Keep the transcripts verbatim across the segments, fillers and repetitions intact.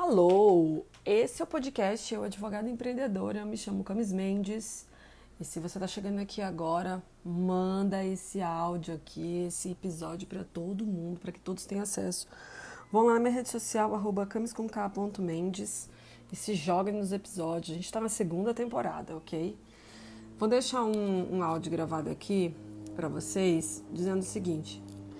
Alô, esse é o podcast, eu advogada empreendedora, eu me chamo Camis Mendes. E se você está chegando aqui agora, manda esse áudio aqui, esse episódio para todo mundo, para que todos tenham acesso. Vão lá na minha rede social, arroba camiscomk.mendes e se joguem nos episódios. A gente está na segunda temporada, ok? Vou deixar um, um áudio gravado aqui para vocês, dizendo o seguinte: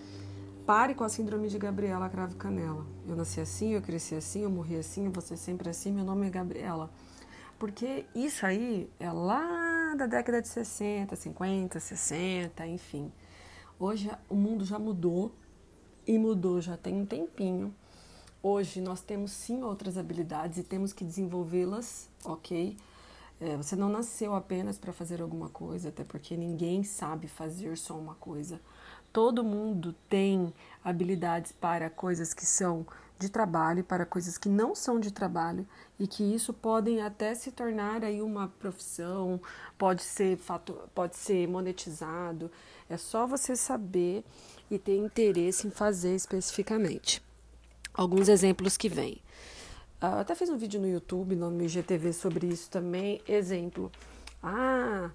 pare com a síndrome de Gabriela Cravo Canela. Eu nasci assim, eu cresci assim, eu morri assim, eu vou ser sempre assim, meu nome é Gabriela. Porque isso aí é lá da década de sessenta, cinquenta, sessenta, enfim. Hoje o mundo já mudou e mudou já tem um tempinho. Hoje nós temos sim outras habilidades e temos que desenvolvê-las, ok? É, você não nasceu apenas para fazer alguma coisa, até porque ninguém sabe fazer só uma coisa. Todo mundo tem habilidades para coisas que são de trabalho, para coisas que não são de trabalho e que isso podem até se tornar aí uma profissão, pode ser, pode ser monetizado. É só você saber e ter interesse em fazer especificamente. Alguns exemplos que vêm. Eu até fiz um vídeo no YouTube, no I G T V, sobre isso também. Exemplo. Ah,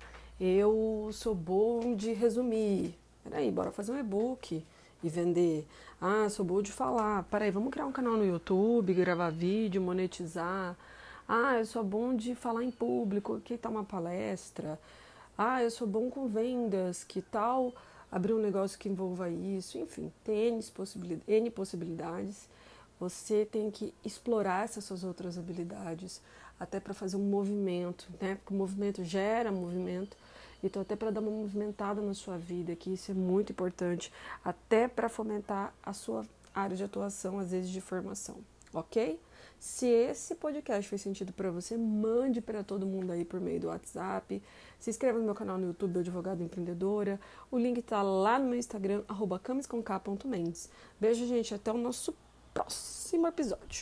eu sou bom de resumir. Peraí, bora fazer um e-book e vender. Ah, sou boa de falar. Peraí, vamos criar um canal no YouTube, gravar vídeo, monetizar. Ah, eu sou bom de falar em público, que tal uma palestra? Ah, eu sou bom com vendas, que tal abrir um negócio que envolva isso? Enfim, tem N possibilidades. N possibilidades. Você tem que explorar essas suas outras habilidades, até para fazer um movimento, né? Porque o movimento gera movimento. Então, até para dar uma movimentada na sua vida, que isso é muito importante, até para fomentar a sua área de atuação, às vezes de formação, ok? Se esse podcast fez sentido para você, mande para todo mundo aí por meio do WhatsApp. Se inscreva no meu canal no YouTube, Advogada Empreendedora. O link está lá no meu Instagram, arroba camiscomk ponto mendes. Beijo, gente, até o nosso próximo episódio.